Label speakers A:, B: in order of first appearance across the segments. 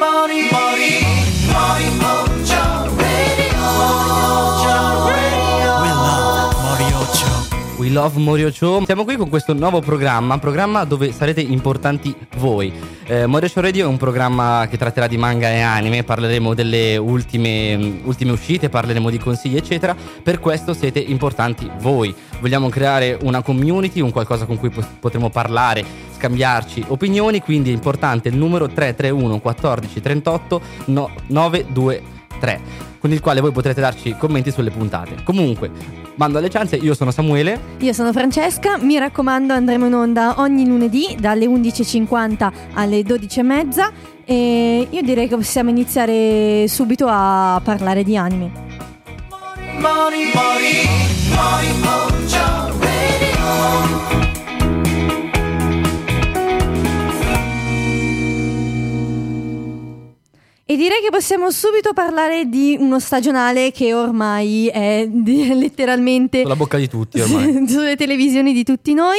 A: We Love Morio Show. Siamo qui con questo nuovo programma dove sarete importanti voi. Morio Show Radio è un programma che tratterà di manga e anime, parleremo delle ultime uscite, parleremo di consigli eccetera. Per questo siete importanti voi. Vogliamo creare una community, un qualcosa con cui potremo parlare, scambiarci opinioni, quindi è importante il numero 331 14 38 923, con il quale voi potrete darci commenti sulle puntate. Comunque, mando alle ciance, io sono Samuele.
B: Io sono Francesca, mi raccomando andremo in onda ogni lunedì dalle 11.50 alle 12.30 e io direi che possiamo iniziare subito a parlare di anime. E direi che possiamo subito parlare di uno stagionale che ormai è letteralmente
A: sulla bocca di tutti ormai.
B: Sulle televisioni di tutti noi.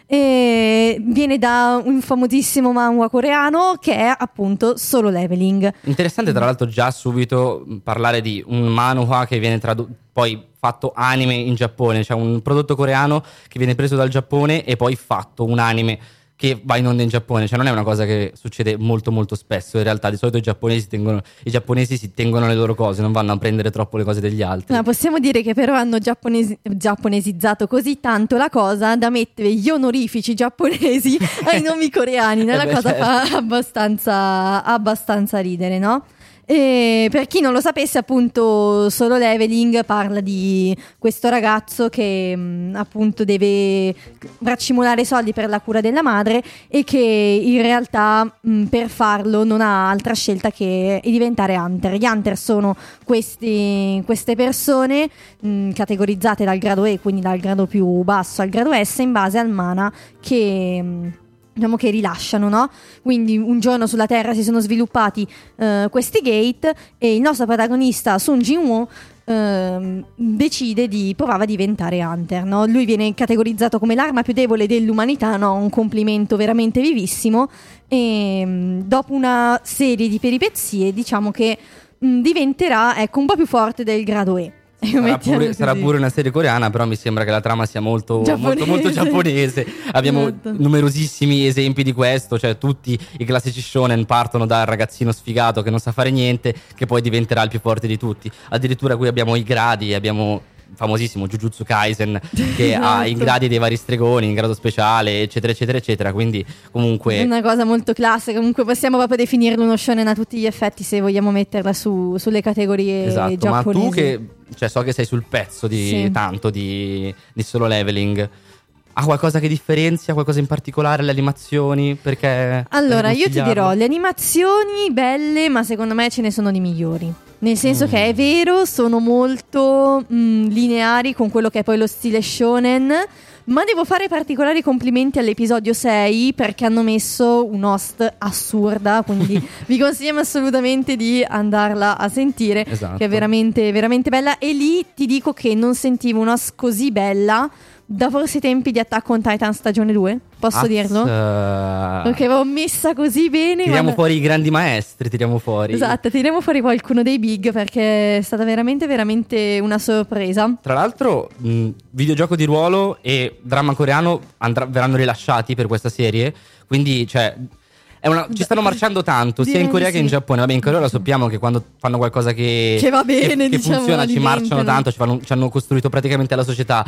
B: E viene da un famosissimo manhwa coreano che è appunto Solo Leveling.
A: Interessante tra l'altro già subito parlare di un manhwa che viene poi fatto anime in Giappone, cioè un prodotto coreano che viene preso dal Giappone e poi fatto un anime che va in onda in Giappone, cioè non è una cosa che succede molto molto spesso. In realtà di solito i giapponesi si tengono le loro cose, non vanno a prendere troppo le cose degli altri.
B: No, possiamo dire che però hanno giapponesizzato così tanto la cosa da mettere gli onorifici giapponesi ai nomi coreani, no? La cosa fa abbastanza ridere, no? E per chi non lo sapesse, appunto, Solo Leveling parla di questo ragazzo che appunto deve raccimolare soldi per la cura della madre e che in realtà per farlo non ha altra scelta che diventare hunter. Gli hunter sono queste persone categorizzate dal grado E, quindi dal grado più basso al grado S, in base al mana che rilasciano, no? Quindi un giorno sulla Terra si sono sviluppati questi gate e il nostro protagonista Sun Jin-woo decide di provare a diventare hunter, no? Lui viene categorizzato come l'arma più debole dell'umanità, no? Un complimento veramente vivissimo, e dopo una serie di peripezie diciamo che diventerà un po' più forte del grado E.
A: Sarà pure una serie coreana, però mi sembra che la trama sia molto giapponese. Abbiamo numerosissimi esempi di questo, cioè tutti i classici shonen partono dal ragazzino sfigato che non sa fare niente, che poi diventerà il più forte di tutti. Addirittura qui abbiamo i gradi, abbiamo famosissimo Jujutsu Kaisen che ha i gradi dei vari stregoni, in grado speciale eccetera eccetera eccetera, quindi comunque
B: è una cosa molto classica. Comunque possiamo proprio definirlo uno shonen a tutti gli effetti se vogliamo metterla sulle categorie giapponesi. Ma
A: tu che so che sei sul pezzo di Solo Leveling, ha qualcosa che differenzia, qualcosa in particolare, le animazioni? Perché
B: allora io ti dirò, le animazioni belle, ma secondo me ce ne sono di migliori. Nel senso che è vero, sono molto lineari con quello che è poi lo stile shonen, ma devo fare particolari complimenti all'episodio 6 perché hanno messo un host assurda, quindi vi consigliamo assolutamente di andarla a sentire, esatto, che è veramente, veramente bella. E lì ti dico che non sentivo una host così bella da forse i tempi di Attack on Titan stagione 2, posso dirlo? Perché avevo messa così bene.
A: Tiriamo fuori i grandi maestri,
B: Esatto, tiriamo fuori qualcuno dei big perché è stata veramente, veramente una sorpresa.
A: Tra l'altro, videogioco di ruolo e dramma coreano verranno rilasciati per questa serie, quindi ci stanno marciando tanto sia in Corea che in Giappone. Vabbè, in Corea lo sappiamo che quando fanno qualcosa che
B: va bene,
A: che funziona, ci marciano tanto, ci hanno costruito praticamente la società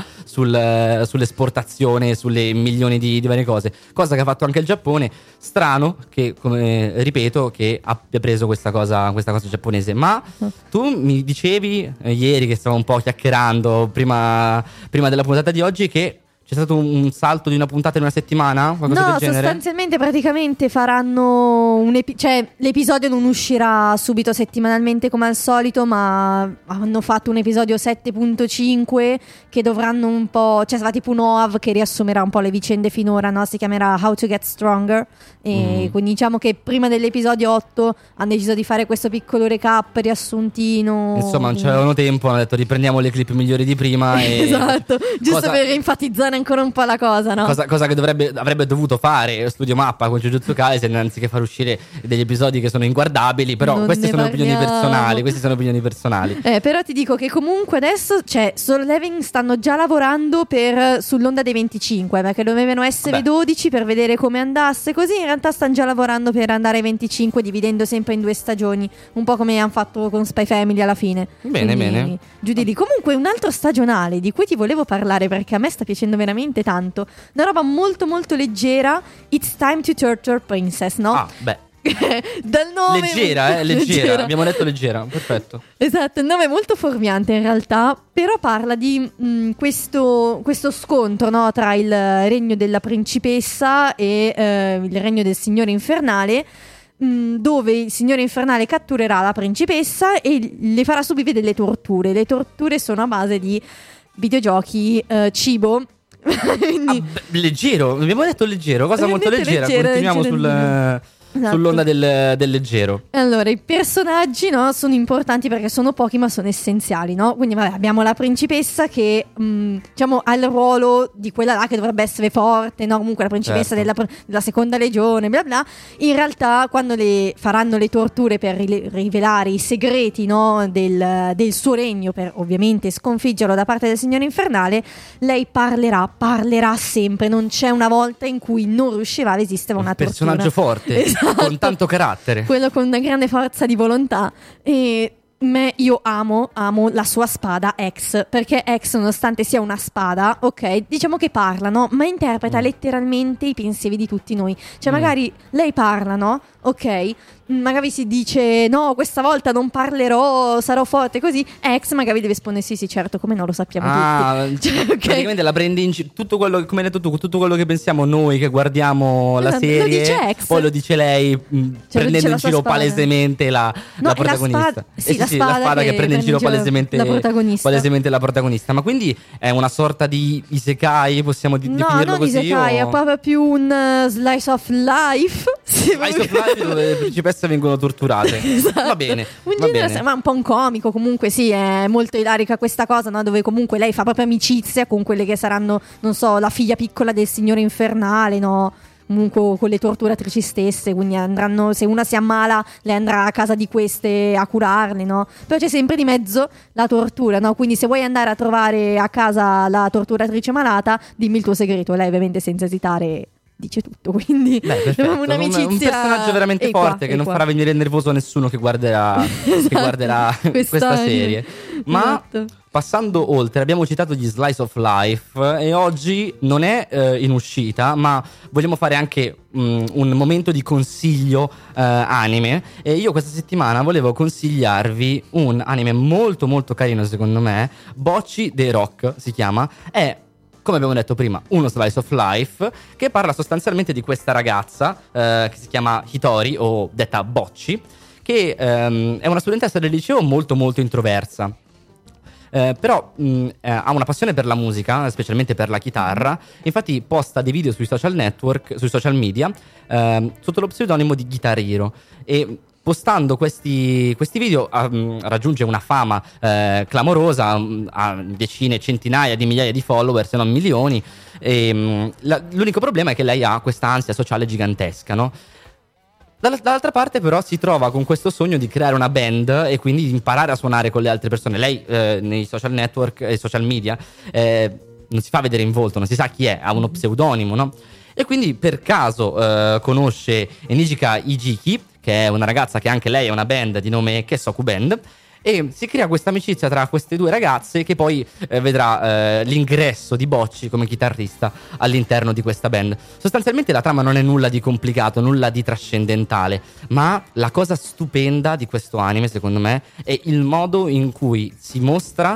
A: sull'esportazione, sulle milioni di varie cose, cosa che ha fatto anche il Giappone. Strano che, come ripeto, che abbia preso questa cosa giapponese. Ma tu mi dicevi ieri, che stavamo un po' chiacchierando prima della puntata di oggi, che c'è stato un salto di una puntata in una settimana? Qualcosa del genere?
B: Sostanzialmente praticamente faranno l'episodio non uscirà subito settimanalmente come al solito, ma hanno fatto un episodio 7.5 che dovranno un po', sarà tipo un OAV che riassumerà un po' le vicende finora, no? Si chiamerà How to Get Stronger, e quindi diciamo che prima dell'episodio 8 hanno deciso di fare questo piccolo recap, riassuntino.
A: Insomma, non c'avevano tempo, hanno detto riprendiamo le clip migliori di prima
B: esatto, giusto per enfatizzare ancora un po' la cosa, no?
A: Cosa che avrebbe dovuto fare Studio Mappa con Jujutsu Kaisen, anziché far uscire degli episodi che sono inguardabili. Però
B: Non
A: queste
B: ne
A: sono opinioni
B: parliamo.
A: personali. Queste sono opinioni personali.
B: Però ti dico che comunque adesso, cioè, Solo Leveling stanno già lavorando sull'onda dei 25, perché dovevano essere 12 per vedere come andasse. Così in realtà stanno già lavorando per andare ai 25, dividendo sempre in 2 stagioni, un po' come hanno fatto con Spy Family alla fine.
A: Bene,
B: Quindi,
A: bene.
B: giù di lì. Comunque un altro stagionale di cui ti volevo parlare, perché a me sta piacendo veramente tanto, una roba molto molto leggera, It's Time to Torture Princess, no?
A: Ah, beh.
B: Dal nome
A: leggera. Abbiamo detto leggera, perfetto.
B: Esatto, il nome è molto fuorviante in realtà, però parla di questo scontro, no, tra il regno della principessa e il regno del signore infernale, dove il signore infernale catturerà la principessa e le farà subire delle torture. Le torture sono a base di videogiochi, cibo. Quindi,
A: Leggero, abbiamo detto leggero, cosa molto leggera. Continuiamo
B: Esatto.
A: sull'onda del leggero.
B: Allora, i personaggi, no, sono importanti perché sono pochi ma sono essenziali, no? Quindi vabbè, abbiamo la principessa che diciamo ha il ruolo di quella là che dovrebbe essere forte, no? Comunque la principessa della seconda legione, bla bla. In realtà quando le faranno le torture per rivelare i segreti, no, del suo regno, per ovviamente sconfiggerlo da parte del signore infernale, lei parlerà sempre. Non c'è una volta in cui non riuscirà a resistere a una tortura.
A: Personaggio forte.
B: Esatto.
A: Con tanto carattere.
B: Quello con una grande forza di volontà. E io amo la sua spada X, perché X, nonostante sia una spada, ok, diciamo che parla, no? Ma interpreta letteralmente i pensieri di tutti noi. Cioè magari lei parla, no? Ok, magari si dice no, questa volta non parlerò, sarò forte così. X magari deve rispondere sì certo, come no, lo sappiamo tutti. Cioè, okay.
A: Praticamente la prendi in tutto quello, come hai detto tu, tutto quello che pensiamo noi che guardiamo la serie,
B: lo dice X.
A: poi lo dice lei, prendendo in giro
B: spada.
A: Palesemente la protagonista.
B: La spada
A: che prende in giro palesemente la protagonista. Ma quindi è una sorta di isekai, possiamo definirlo
B: non
A: così?
B: Isekai, è proprio più un slice of life.
A: Slice of life dove le principesse vengono torturate.
B: Esatto.
A: Va bene.
B: Ma un po' un comico, comunque sì, è molto ilarica questa cosa, no? Dove comunque lei fa proprio amicizia con quelle che saranno, non so, la figlia piccola del signore infernale, no? Comunque con le torturatrici stesse, quindi andranno, se una si ammala lei andrà a casa di queste a curarle, no? Però c'è sempre di mezzo la tortura, no? Quindi se vuoi andare a trovare a casa la torturatrice malata, dimmi il tuo segreto, lei ovviamente senza esitare dice tutto, quindi abbiamo un'amicizia,
A: un personaggio veramente forte che non farà venire nervoso nessuno che guarderà, questa serie. Ma passando oltre, abbiamo citato gli Slice of Life e oggi non è in uscita, ma vogliamo fare anche un momento di consiglio anime, e io questa settimana volevo consigliarvi un anime molto molto carino secondo me, Bocchi the Rock si chiama. È, come abbiamo detto prima, uno slice of life che parla sostanzialmente di questa ragazza che si chiama Hitori, o detta Bocchi, che è una studentessa del liceo molto molto introversa. Però ha una passione per la musica, specialmente per la chitarra. Infatti posta dei video sui social network, sui social media, sotto lo pseudonimo di Guitar Hero. E postando questi video raggiunge una fama clamorosa, ha decine, centinaia di migliaia di follower, se non milioni. E, l'unico problema è che lei ha questa ansia sociale gigantesca, no? Dall'altra parte però si trova con questo sogno di creare una band e quindi di imparare a suonare con le altre persone. Lei nei social network e social media non si fa vedere in volto, non si sa chi è, ha uno pseudonimo, no? E quindi per caso conosce Enijika Ijiki, che è una ragazza che anche lei ha una band di nome Kesoku Band, e si crea questa amicizia tra queste due ragazze che poi vedrà l'ingresso di Bocchi come chitarrista all'interno di questa band. Sostanzialmente la trama non è nulla di complicato, nulla di trascendentale, ma la cosa stupenda di questo anime secondo me è il modo in cui si mostra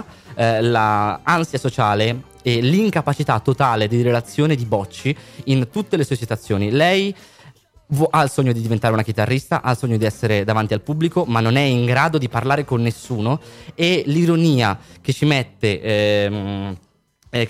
A: la ansia sociale e l'incapacità totale di relazione di Bocchi in tutte le sue situazioni. Lei ha il sogno di diventare una chitarrista, ha il sogno di essere davanti al pubblico, ma non è in grado di parlare con nessuno, e l'ironia che ci mette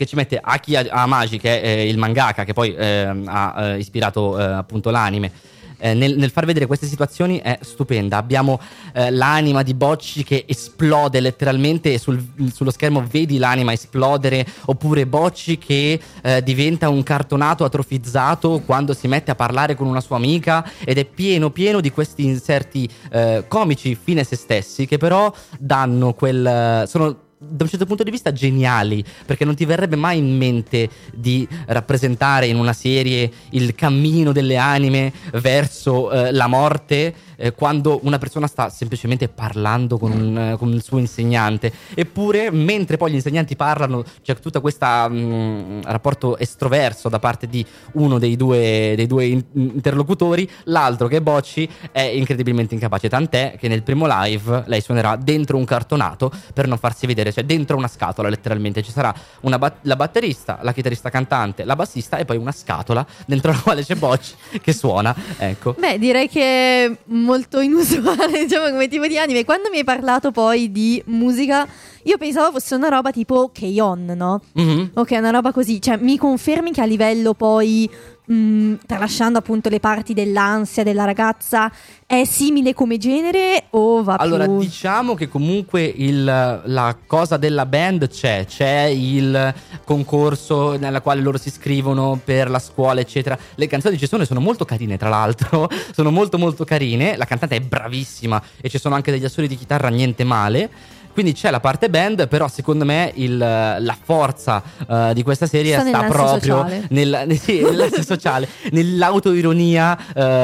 A: Aki Hamagi, che è il mangaka che poi ha ispirato appunto l'anime, nel far vedere queste situazioni è stupenda. Abbiamo l'anima di Bocci che esplode letteralmente e sullo schermo vedi l'anima esplodere, oppure Bocci che diventa un cartonato atrofizzato quando si mette a parlare con una sua amica, ed è pieno di questi inserti comici fine a se stessi, che però danno sono da un certo punto di vista geniali, perché non ti verrebbe mai in mente di rappresentare in una serie il cammino delle anime verso la morte quando una persona sta semplicemente parlando con il suo insegnante. Eppure mentre poi gli insegnanti parlano c'è tutto questo rapporto estroverso da parte di uno dei due interlocutori, l'altro che è Bocci è incredibilmente incapace, tant'è che nel primo live lei suonerà dentro un cartonato per non farsi vedere, cioè dentro una scatola letteralmente. Ci sarà la batterista, la chitarrista cantante, la bassista e poi una scatola dentro la quale c'è Bocci che suona, ecco.
B: Beh, direi che è molto inusuale, diciamo, come tipo di anime. Quando mi hai parlato poi di musica, io pensavo fosse una roba tipo K-On, no? Mm-hmm. Ok, una roba così. Cioè, mi confermi che a livello poi, tralasciando appunto le parti dell'ansia della ragazza, è simile come genere o va
A: allora,
B: più...
A: diciamo che comunque la cosa della band c'è il concorso nella quale loro si iscrivono per la scuola eccetera. Le canzoni ci sono e sono molto carine, tra l'altro sono molto carine, la cantante è bravissima e ci sono anche degli assoli di chitarra niente male. Quindi c'è la parte band, però secondo me la forza di questa serie sta proprio nell'asse sociale, nell'autoironia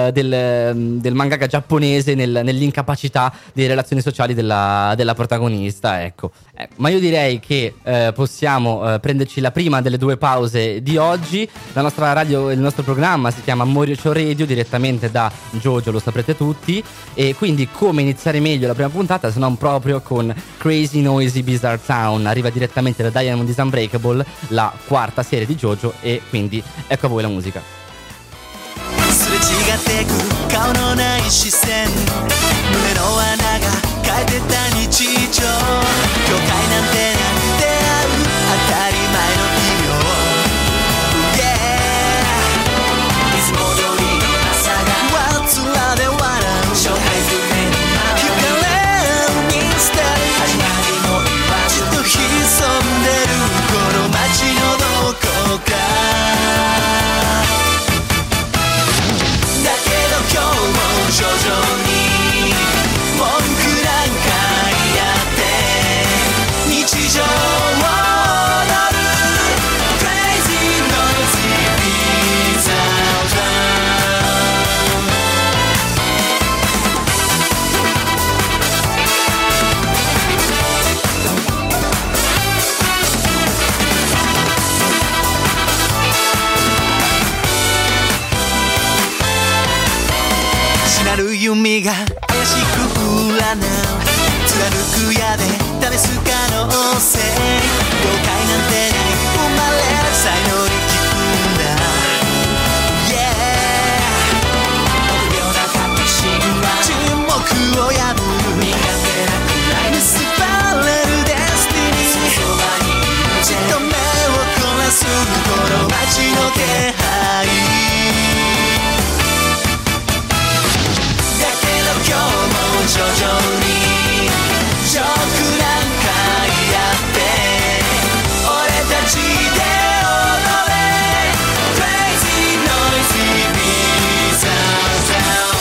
A: del mangaka giapponese, nell'incapacità di relazioni sociali della protagonista, ecco. Ma io direi che possiamo prenderci la prima delle due pause di oggi. La nostra radio, il nostro programma si chiama Moricho Radio, direttamente da JoJo, lo saprete tutti, e quindi come iniziare meglio la prima puntata se non proprio con Crazy Noisy Bizarre Town. Arriva direttamente da Diamond is Unbreakable, la quarta serie di JoJo, e quindi ecco a voi la musica.
C: すれ違ってく顔のない視線胸の穴が変えてた日常境界なんて出会う当たり前の奇妙 Yeah いつも通りの朝がわつらで笑う紹介不明の聞かれるミステリー始まりも今ちょっと潜んでるこの街のどこか今日も徐々に文句なんかやって日常を踊る Crazy Noisy Bizarre Town しなる弓が怪しく占う貫く矢で試す可能性了解なんてない生まれる才能に聞くんだ Yeah 臆病な確信は沈黙を破る苦手なくらい結ばれるデスティニーそばにいるじっと目を凝らすこの街の気配今日も徐々にジョークなんかやって俺たちで踊れ Crazy Noisy Bizarre Town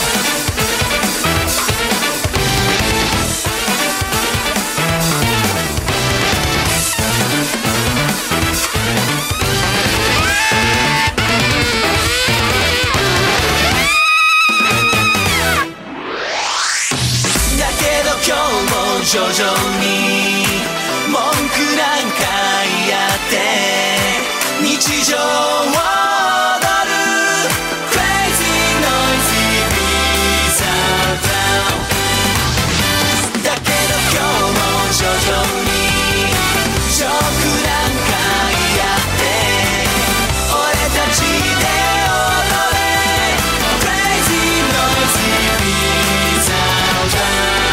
C: 今日も徐々に文句なんかやって日常を踊る Crazy Noisy Bizarre Town だけど今日も徐々にジョークなんかやって俺たちで踊れ Crazy Noisy Bizarre Town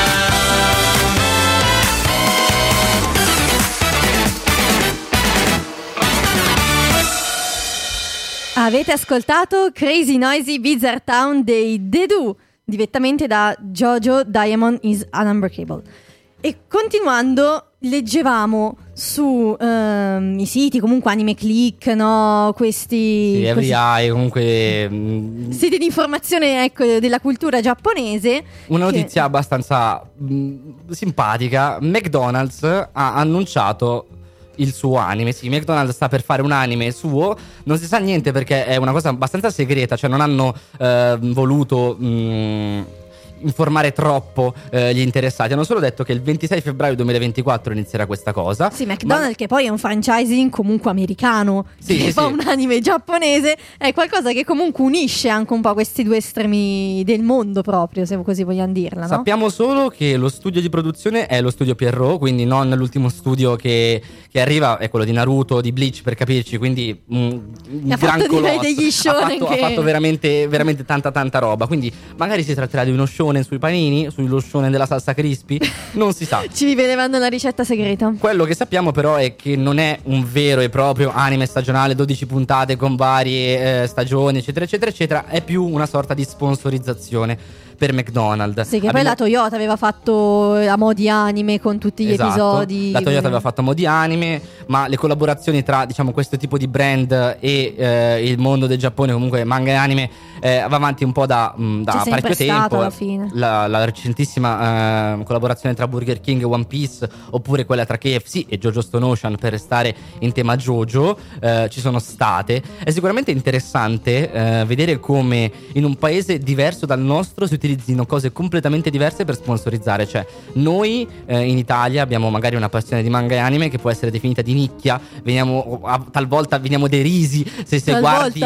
B: Avete ascoltato Crazy Noisy Bizarre Town dei The Do, direttamente da Jojo Diamond is Unbreakable. E continuando, leggevamo su i siti, comunque Anime Click, no? Questi
A: Every Eye, comunque
B: siti di informazione, ecco, della cultura giapponese.
A: Una notizia abbastanza simpatica. McDonald's ha annunciato il suo anime. Sì, McDonald's sta per fare un anime suo. Non si sa niente perché è una cosa abbastanza segreta, cioè non hanno voluto informare troppo gli interessati. Hanno solo detto che il 26 febbraio 2024 inizierà questa cosa.
B: Sì, McDonald's, che poi è un franchising comunque americano, che fa un anime giapponese, è qualcosa che comunque unisce anche un po' questi due estremi del mondo, proprio, se così vogliamo dirla, no?
A: Sappiamo solo che lo studio di produzione è lo studio Pierrot, quindi non l'ultimo studio che arriva, è quello di Naruto, di Bleach, per capirci, quindi un gran colosso.
B: Degli shonen
A: ha fatto veramente, veramente tanta roba, quindi magari si tratterà di uno shonen sui panini, sullo shonen della salsa crispy, non si sa.
B: Ci rivelevano la ricetta segreta.
A: Quello che sappiamo però è che non è un vero e proprio anime stagionale, 12 puntate con varie stagioni, eccetera eccetera eccetera, è più una sorta di sponsorizzazione per McDonald's.
B: Sì, che poi la Toyota aveva fatto a mo' di anime con tutti gli episodi.
A: La Toyota aveva fatto a mo' di anime, ma le collaborazioni tra, diciamo, questo tipo di brand e il mondo del Giappone, comunque manga e anime, va avanti un po' da parecchio tempo.
B: Alla fine.
A: La recentissima collaborazione tra Burger King e One Piece, oppure quella tra KFC e JoJo Stone Ocean, per restare in tema JoJo, ci sono state. È sicuramente interessante vedere come in un paese diverso dal nostro si utilizzino cose completamente diverse per sponsorizzare. Cioè, noi in Italia abbiamo magari una passione di manga e anime che può essere definita di nicchia, talvolta veniamo derisi se guardi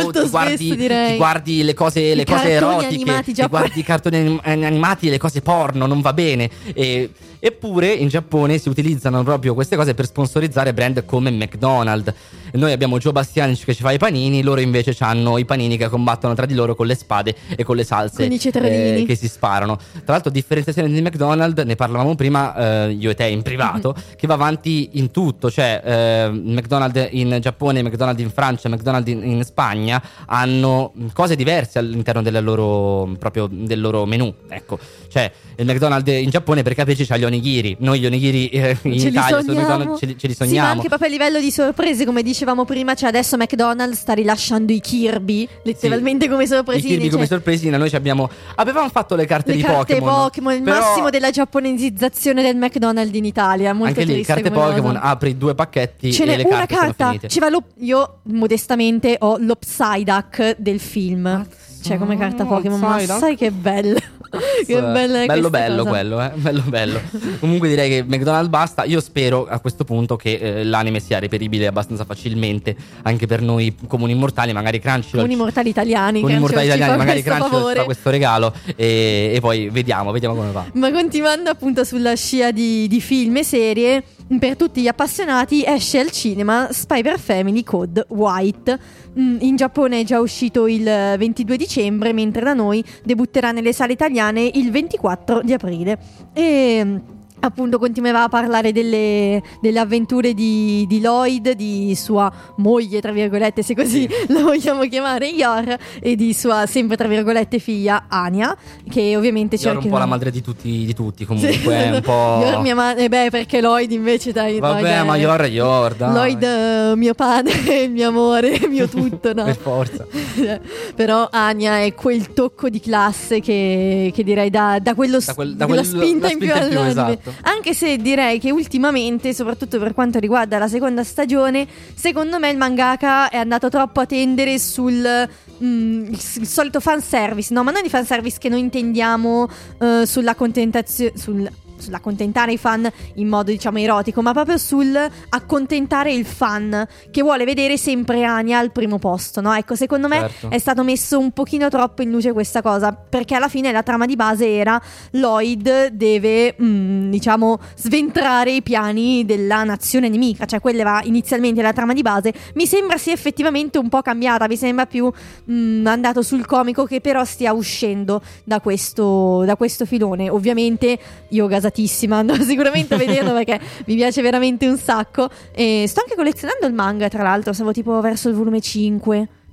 A: ti guardi le cose erotiche, ti guardi i cartoni animati, le cose porno, non va bene. Eppure in Giappone si utilizzano proprio queste cose per sponsorizzare brand come McDonald's. Noi abbiamo Joe Bastianic che ci fa i panini, loro invece hanno i panini che combattono tra di loro con le spade e con le salse
B: con i cetriolini
A: che si sparano. Tra l'altro, differenziazione di McDonald's, ne parlavamo prima io e te in privato, che va avanti in tutto. Cioè McDonald's in Giappone, McDonald's in Francia, McDonald's in Spagna hanno cose diverse all'interno del loro menù. Ecco, cioè il McDonald's in Giappone, per capirci, c'ha gli onigiri. Noi gli onigiri in Italia ce li sogniamo.
B: Sì, ma anche proprio a livello di sorprese, come dicevamo prima, cioè adesso McDonald's sta rilasciando i Kirby letteralmente come sorpresini.
A: I Kirby come sorpresina. Noi avevamo fatto le carte di Pokémon,
B: il massimo della giapponesizzazione del McDonald's in Italia. Molto
A: anche lì carte Pokémon, apri 2 pacchetti
B: ce
A: e
B: n'è
A: le
B: una
A: carte
B: carta,
A: sono finite.
B: io modestamente ho l'Opsidac del film, cioè come carta Pokémon, ma sai che bello. Che
A: bello quello, bello. Comunque direi che McDonald's basta. Io spero a questo punto che l'anime sia reperibile abbastanza facilmente anche per noi comuni mortali, magari Crunchyroll.
B: Comuni mortali italiani,
A: magari Crunchyroll ci fa questo regalo e poi vediamo come va.
B: Ma continuando appunto sulla scia di film e serie, per tutti gli appassionati esce al cinema Spy Family Code White. In Giappone è già uscito il 22 dicembre, mentre da noi debutterà nelle sale italiane il 24 di aprile. E appunto continuerà a parlare delle avventure di Lloyd, di sua moglie, tra virgolette, se così la vogliamo chiamare, Yor, e di sua, sempre tra virgolette, figlia Anya, che ovviamente
A: Yor un po' la madre di tutti comunque,
B: sì.
A: Un po'...
B: Yor mia madre, perché Lloyd invece dai.
A: Vabbè, ma Yor dai.
B: Lloyd mio padre, il mio amore, il mio tutto, no?
A: Per forza.
B: Però Anya è quel tocco di classe che direi da quella spinta in più all'anime.
A: Esatto.
B: Anche se direi che ultimamente, soprattutto per quanto riguarda la seconda stagione, secondo me il mangaka è andato troppo a tendere sul il solito fanservice, no, ma non i fanservice che noi intendiamo sull'accontentare i fan in modo, diciamo, erotico, ma proprio sul accontentare il fan che vuole vedere sempre Anya al primo posto, no? Ecco, secondo me è stato messo un pochino troppo in luce questa cosa, perché alla fine la trama di base era Lloyd deve diciamo sventrare i piani della nazione nemica, cioè quella era inizialmente la trama di base. Mi sembra sia effettivamente un po' cambiata, mi sembra più andato sul comico, che però stia uscendo da questo filone. Ovviamente io gasatissima, andrò sicuramente a vederlo perché mi piace veramente un sacco, e sto anche collezionando il manga, tra l'altro siamo tipo verso il volume 5,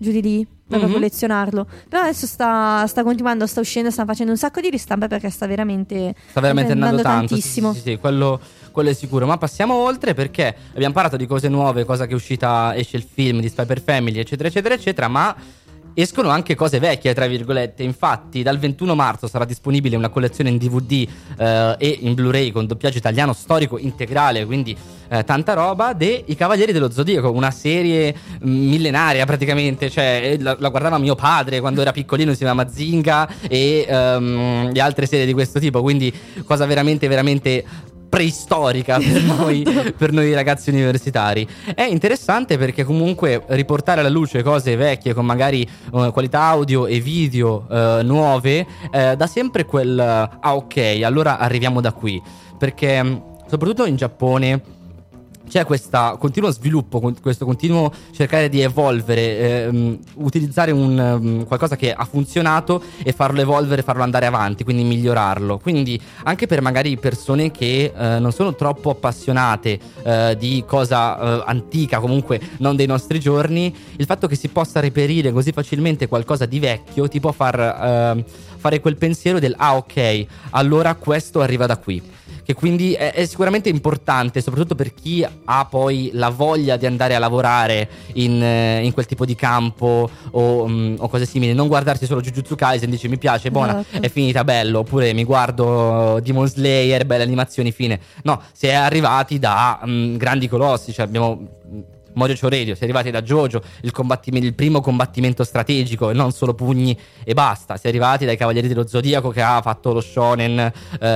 B: giù di lì, per collezionarlo. Però adesso sta continuando, sta uscendo, sta facendo un sacco di ristampe perché sta veramente
A: andando tanto,
B: tantissimo.
A: sì, quello è sicuro. Ma passiamo oltre, perché abbiamo parlato di cose nuove, cosa che è uscita, esce il film di Spy per Family, eccetera eccetera eccetera, ma escono anche cose vecchie, tra virgolette. Infatti dal 21 marzo sarà disponibile una collezione in DVD e in Blu-ray con doppiaggio italiano storico integrale, quindi tanta roba, I Cavalieri dello Zodiaco, una serie millenaria praticamente, cioè la guardava mio padre quando era piccolino insieme a Mazinga e altre serie di questo tipo, quindi cosa veramente veramente preistorica per noi ragazzi universitari. È interessante perché comunque riportare alla luce cose vecchie con magari qualità audio e video nuove dà sempre quel ok, allora arriviamo da qui, perché soprattutto in Giappone c'è questo continuo sviluppo, questo continuo cercare di evolvere, utilizzare qualcosa che ha funzionato e farlo evolvere, farlo andare avanti, quindi migliorarlo. Quindi anche per magari persone che non sono troppo appassionate di cosa antica, comunque non dei nostri giorni, il fatto che si possa reperire così facilmente qualcosa di vecchio ti può fare quel pensiero del ok, allora questo arriva da qui. Che quindi è sicuramente importante, soprattutto per chi ha poi la voglia di andare a lavorare in quel tipo di campo o cose simili. Non guardarsi solo Jujutsu Kaisen, dici mi piace, buona, è finita, bello. Oppure mi guardo Demon Slayer, belle animazioni, fine. No, si è arrivati da grandi colossi, cioè abbiamo Morio Radio, si è arrivati da JoJo, il primo combattimento strategico e non solo pugni e basta. Si è arrivati dai Cavalieri dello Zodiaco che ha fatto lo shonen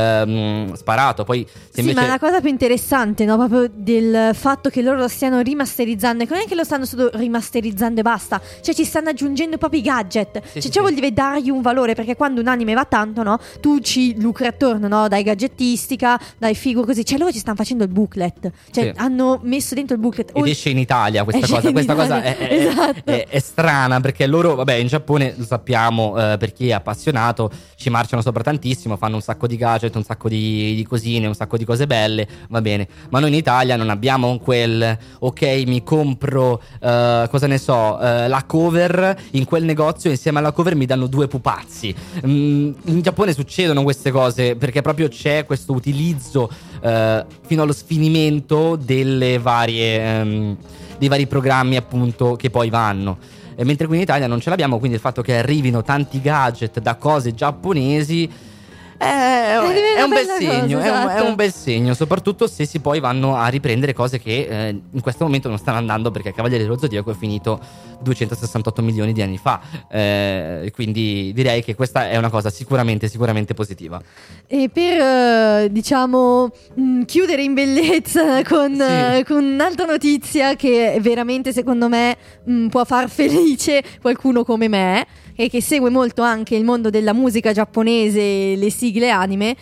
A: sparato. Poi invece...
B: ma la cosa più interessante, no, proprio del fatto che loro lo stiano rimasterizzando, e non è che lo stanno solo rimasterizzando e basta, cioè ci stanno aggiungendo proprio i gadget, vuol dire dargli un valore, perché quando un anime va tanto, no, tu ci lucri attorno, no, dai gadgettistica, dai figure così, cioè loro ci stanno facendo il booklet, cioè hanno messo dentro il booklet
A: ed esce in Italia questa cosa è strana, perché loro, vabbè, in Giappone lo sappiamo, per chi è appassionato, ci marciano sopra tantissimo, fanno un sacco di gadget, un sacco di cosine, un sacco di cose belle, va bene, ma noi in Italia non abbiamo quel ok, mi compro cosa ne so, la cover in quel negozio, insieme alla cover mi danno 2 pupazzi. In Giappone succedono queste cose perché proprio c'è questo utilizzo fino allo sfinimento dei vari programmi, appunto, che poi vanno. Mentre qui in Italia non ce l'abbiamo, quindi il fatto che arrivino tanti gadget da cose giapponesi è un bel segno,
B: cosa,
A: è un bel segno, soprattutto se si poi vanno a riprendere cose che in questo momento non stanno andando, perché Cavaliere dello Zodiaco è finito 268 milioni di anni fa, quindi direi che questa è una cosa sicuramente positiva.
B: E per diciamo chiudere in bellezza con un'altra notizia che veramente secondo me può far felice qualcuno come me e che segue molto anche il mondo della musica giapponese, le sigle anime.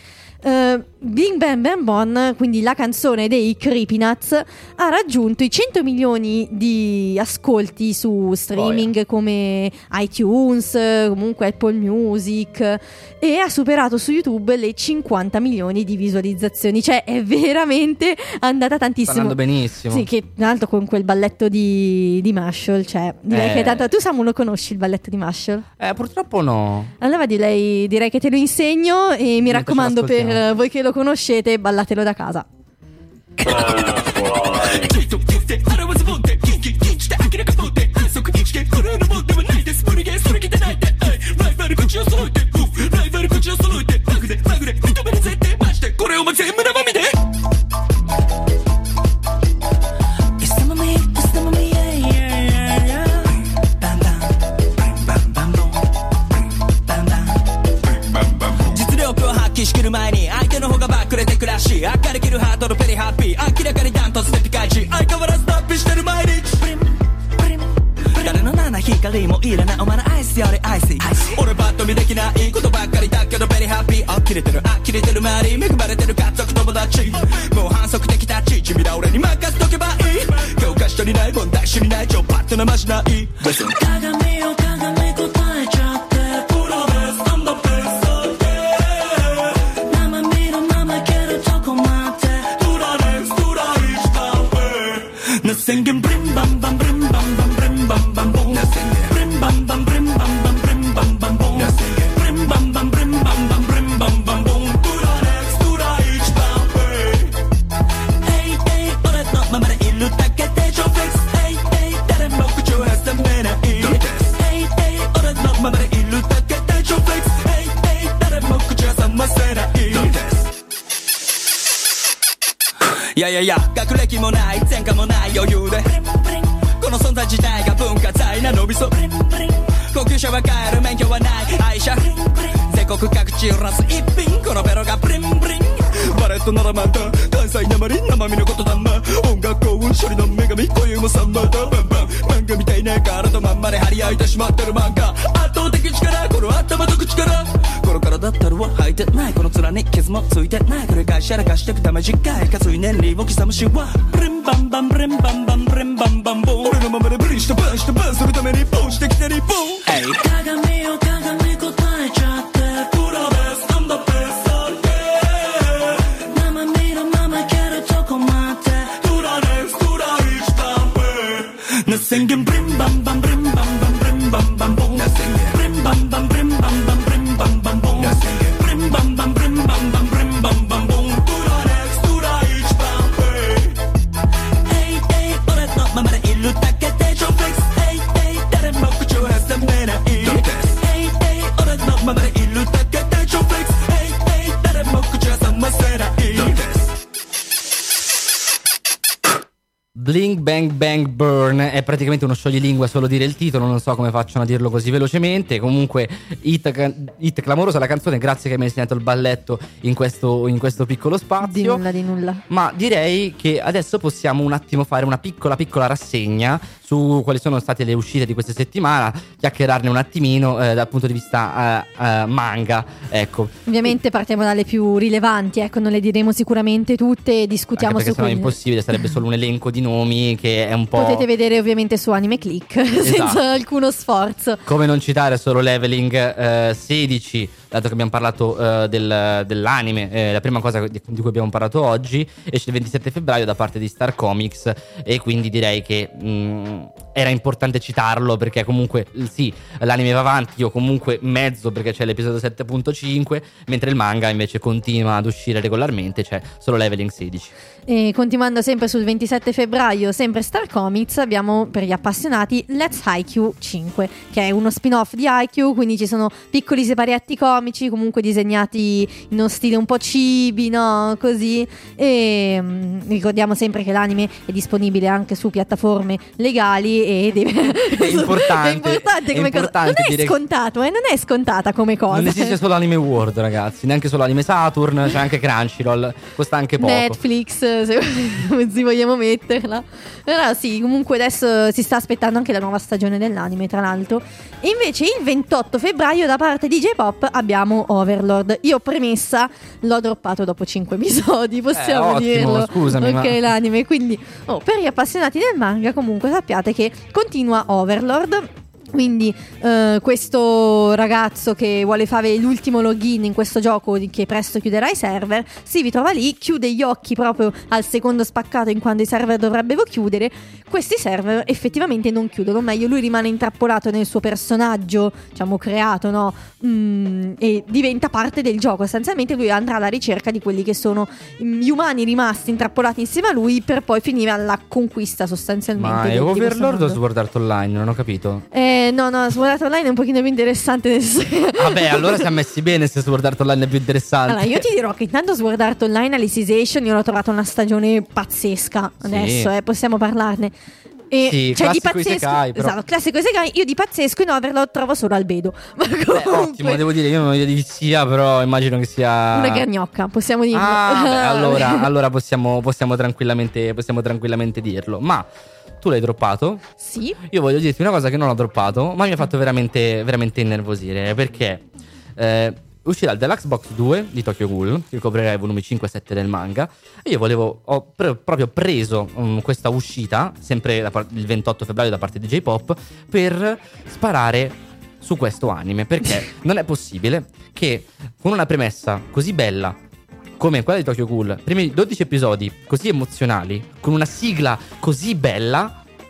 B: Bing Bang Bang Bon, quindi la canzone dei Creepy Nuts, ha raggiunto i 100 milioni di ascolti su streaming come iTunes, comunque Apple Music, e ha superato su YouTube le 50 milioni di visualizzazioni, cioè è veramente andata tantissimo.
A: Sta andando benissimo.
B: Sì, che tra l'altro con quel balletto di Marshall, cioè direi che tanto... Tu Samu lo conosci il balletto di Marshall?
A: Purtroppo no.
B: Allora direi che te lo insegno e mi raccomando, per voi che lo conoscete, ballatelo da casa.
C: Singing brim bam bam brim bam bam brim bam bam boom. いやいやいや学歴もない前科もない余裕でこの存在自体が文化財なのびそ高級車は買える免許はない愛車全国各地揺らす一品このベロがブリンブリンバレットならまた関西なまり生身のことだな音楽幸運処理の女神今宵もサンバだバンバン漫画みたいな体まんまで張り合いてしまってる漫画圧倒的力この頭と口からこの体ったるは履いてないこの面に傷もついてない繰り返しやらかしてくため短いかつい年利を刻むしはブリンバンバンブリンバンバンブリンバンバンボン俺のままでブリしてバンしてバンするためにボンしてきて日本鏡を鏡答えちゃってプロです I'm the best生身のままいけるとこまでプロですプロ一番上な宣言ブリンバンバンブリンバンバンブリンバンバンボンな宣言ブリンバンバンブリンバンバンブリンバンバンボンな宣言ブリンバンバンブリンバンバンブリンバンバンボンプロですプロ一番上エイエイ俺のままでいるだけでジョーフェイスエイエイ誰も口を挟めない俺のままでいるだけでジョーフェイスエイエイ誰も口を挟ませない
A: Blink Bang Bang Burn è praticamente uno scioglilingua solo dire il titolo, non so come facciano a dirlo così velocemente. Comunque hit clamorosa la canzone, grazie che mi hai insegnato il balletto in questo piccolo spazio.
B: Di nulla.
A: Ma direi che adesso possiamo un attimo fare una piccola rassegna su quali sono state le uscite di questa settimana, chiacchierarne un attimino dal punto di vista manga, ecco.
B: Ovviamente partiamo dalle più rilevanti, ecco, non le diremo sicuramente tutte, discutiamo
A: anche perché
B: su
A: sennò è
B: quelle.
A: impossibile, sarebbe solo un elenco di nomi che è un po'...
B: Potete vedere ovviamente su Anime Click senza alcuno sforzo.
A: Come non citare Solo Leveling 16, dato che abbiamo parlato dell'anime, la prima cosa di cui abbiamo parlato oggi esce il 27 febbraio da parte di Star Comics, e quindi direi che era importante citarlo perché comunque sì, l'anime va avanti, o comunque mezzo perché c'è l'episodio 7.5, mentre il manga invece continua ad uscire regolarmente, c'è Solo Leveling 16.
B: E continuando sempre sul 27 febbraio, sempre Star Comics, abbiamo per gli appassionati Let's Haikyuu 5, che è uno spin-off di Haikyuu, quindi ci sono piccoli siparietti comici, comunque disegnati in uno stile un po' chibi, no? Così. E ricordiamo sempre che l'anime è disponibile anche su piattaforme legali ed
A: è importante
B: come cosa. Non è scontato, non è scontata come cosa.
A: Non esiste solo Anime World, ragazzi, neanche solo Anime Saturn, c'è anche Crunchyroll, costa anche poco.
B: Netflix, se vogliamo metterla. Però sì, comunque adesso si sta aspettando anche la nuova stagione dell'anime, tra l'altro. E invece il 28 febbraio da parte di J-Pop abbiamo Overlord. Io premessa l'ho droppato dopo 5 episodi, possiamo
A: ottimo,
B: dirlo.
A: scusami,
B: ok, l'anime, quindi per gli appassionati del manga comunque sappiate che continua Overlord. Quindi questo ragazzo che vuole fare l'ultimo login in questo gioco che presto chiuderà i server, si ritrova lì, chiude gli occhi proprio al secondo spaccato in quando i server dovrebbero chiudere. Questi server effettivamente non chiudono, o meglio lui rimane intrappolato nel suo personaggio, diciamo creato, no? E diventa parte del gioco. Essenzialmente lui andrà alla ricerca di quelli che sono gli umani rimasti intrappolati insieme a lui per poi finire alla conquista sostanzialmente.
A: Ma è Overlord o Sword Art Online? Non ho capito.
B: No, Sword Art Online è un pochino più interessante.
A: Vabbè, allora si è messi bene se Sword Art Online è più interessante.
B: Allora, io ti dirò che intanto Sword Art Online Alicization io l'ho trovata una stagione pazzesca. Adesso possiamo parlarne. E
A: sì,
B: cioè,
A: classico Isekai, però.
B: Esatto, classico Isekai. Io di pazzesco in Overlord trovo solo Albedo. Ma comunque,
A: ottimo, devo dire, io non ho idea di chi sia, però immagino che sia
B: una gargnocca, possiamo dirlo.
A: Allora possiamo tranquillamente dirlo. Ma tu l'hai droppato?
B: Sì.
A: Io voglio dirti una cosa che non ho droppato, ma mi ha fatto veramente innervosire, perché uscirà il Deluxe Box 2 di Tokyo Ghoul, che coprirà i volumi 5 e 7 del manga. E io ho proprio preso questa uscita, sempre il 28 febbraio da parte di J-Pop, per sparare su questo anime, perché non è possibile che con una premessa così bella come quella di Tokyo Ghoul, primi 12 episodi così emozionali, con una sigla così bella,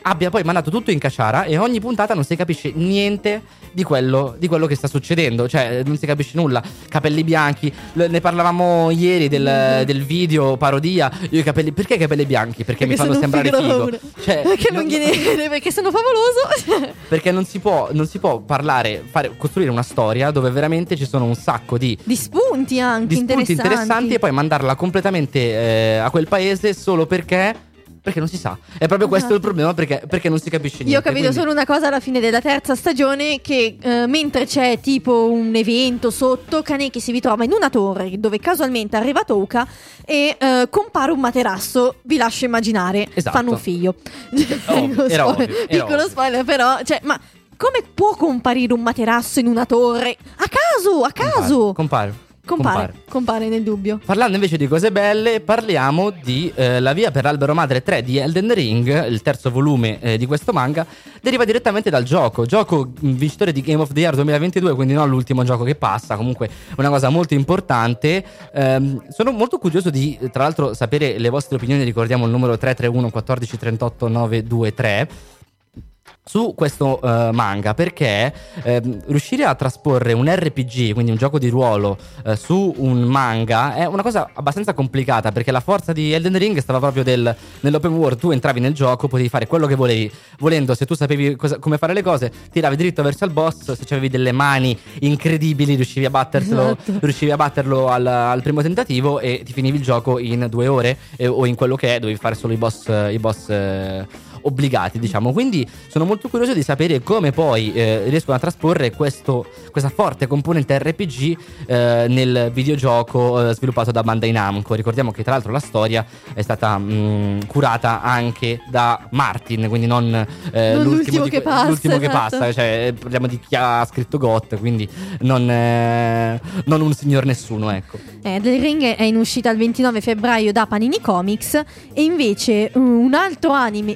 A: abbia poi mandato tutto in caciara e ogni puntata non si capisce niente di quello che sta succedendo, cioè non si capisce nulla. Capelli bianchi, ne parlavamo ieri del video parodia. Io i capelli, perché i capelli bianchi? Perché mi fanno sembrare figo, cioè,
B: perché sono favoloso.
A: Perché non si può parlare, costruire una storia dove veramente ci sono un sacco di
B: spunti anche
A: interessanti e poi mandarla completamente a quel paese solo perché non si sa. È proprio questo il problema, perché non si capisce niente.
B: Io ho capito solo una cosa alla fine della terza stagione, che mentre c'è tipo un evento sotto, Kaneki si ritrova in una torre dove casualmente arriva Touka e compare un materasso. Vi lascio immaginare,
A: esatto.
B: Fanno un figlio.
A: Era ovvio.
B: Piccolo spoiler, però, cioè, ma come può comparire un materasso in una torre? A caso! Compare nel dubbio.
A: Parlando invece di cose belle, parliamo di La via per l'albero madre 3 di Elden Ring, il terzo volume di questo manga. Deriva direttamente dal gioco vincitore di Game of the Year 2022, quindi non l'ultimo gioco che passa, comunque una cosa molto importante. Sono molto curioso di, tra l'altro, sapere le vostre opinioni. Ricordiamo il numero 331 14 38 923 su questo manga, perché riuscire a trasporre un RPG, quindi un gioco di ruolo, su un manga è una cosa abbastanza complicata, perché la forza di Elden Ring stava proprio nell'open world. Tu entravi nel gioco, potevi fare quello che volevi, volendo, se tu sapevi come fare le cose, tiravi dritto verso il boss. Se avevi delle mani incredibili riuscivi a batterlo al primo tentativo e ti finivi il gioco in 2 ore, o in quello che è, dovevi fare solo i boss obbligati, diciamo. Quindi sono molto curioso di sapere come poi riescono a trasporre questa forte componente RPG nel videogioco sviluppato da Bandai Namco. Ricordiamo che tra l'altro la storia è stata curata anche da Martin, quindi non
B: l'ultimo che passa,
A: cioè parliamo di chi ha scritto GOT, quindi non un signor nessuno, ecco.
B: Elden Ring è in uscita il 29 febbraio da Panini Comics, e invece un altro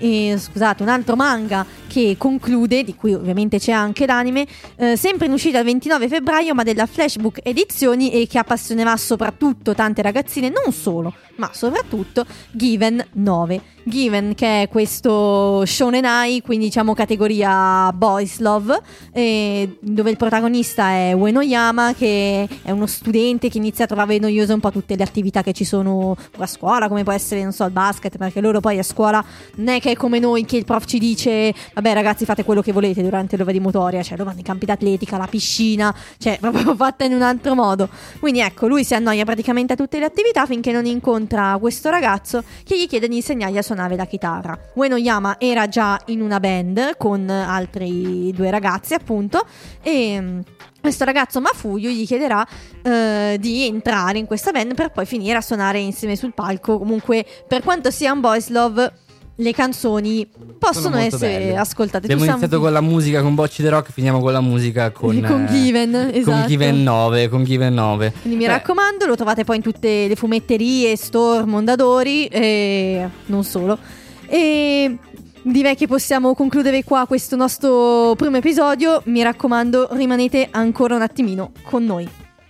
B: manga che conclude, di cui ovviamente c'è anche l'anime, sempre in uscita il 29 febbraio, ma della Flashbook Edizioni, e che appassionerà soprattutto tante ragazzine, non solo, ma soprattutto Given 9. Given, che è questo shonenai, quindi diciamo categoria boys love, dove il protagonista è Uenoyama, che è uno studente che inizia a trovare noiose un po' tutte le attività che ci sono a scuola, come può essere, non so, il basket, perché loro poi a scuola non è che è come noi, che il prof ci dice vabbè ragazzi fate quello che volete durante l'ora di motoria, cioè loro vanno ai campi d'atletica, la piscina, cioè proprio fatta in un altro modo. Quindi ecco, lui si annoia praticamente a tutte le attività finché non incontra questo ragazzo che gli chiede di insegnargli a suonare la chitarra. Uenoyama era già in una band con altri 2 ragazzi, appunto, e questo ragazzo Mafuyu gli chiederà di entrare in questa band per poi finire a suonare insieme sul palco. Comunque, per quanto sia un boys love, le canzoni possono essere
A: belle.
B: ascoltate.
A: Abbiamo iniziato con la musica con Bocci the Rock, finiamo con la musica con
B: Given, esatto.
A: Con Given 9.
B: Quindi mi raccomando, lo trovate poi in tutte le fumetterie, store, Mondadori e non solo. E direi che possiamo concludere qua questo nostro primo episodio. Mi raccomando, rimanete ancora un attimino con noi.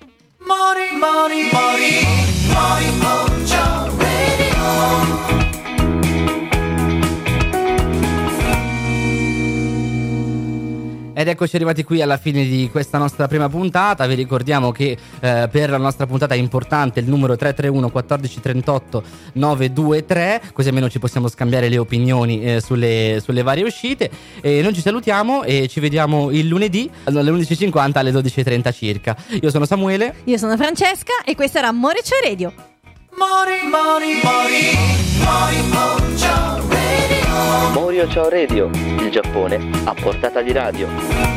C: Mori Mojo Radio.
A: Ed eccoci arrivati qui alla fine di questa nostra prima puntata. Vi ricordiamo che per la nostra puntata è importante il numero 331 14 38 923, così almeno ci possiamo scambiare le opinioni sulle varie uscite. E noi ci salutiamo e ci vediamo il lunedì alle 11.50 alle 12.30 circa. Io sono Samuele.
B: Io sono Francesca e questa era Morecio Radio.
C: Morio
D: Morio Ciao Radio, il Giappone a portata di radio.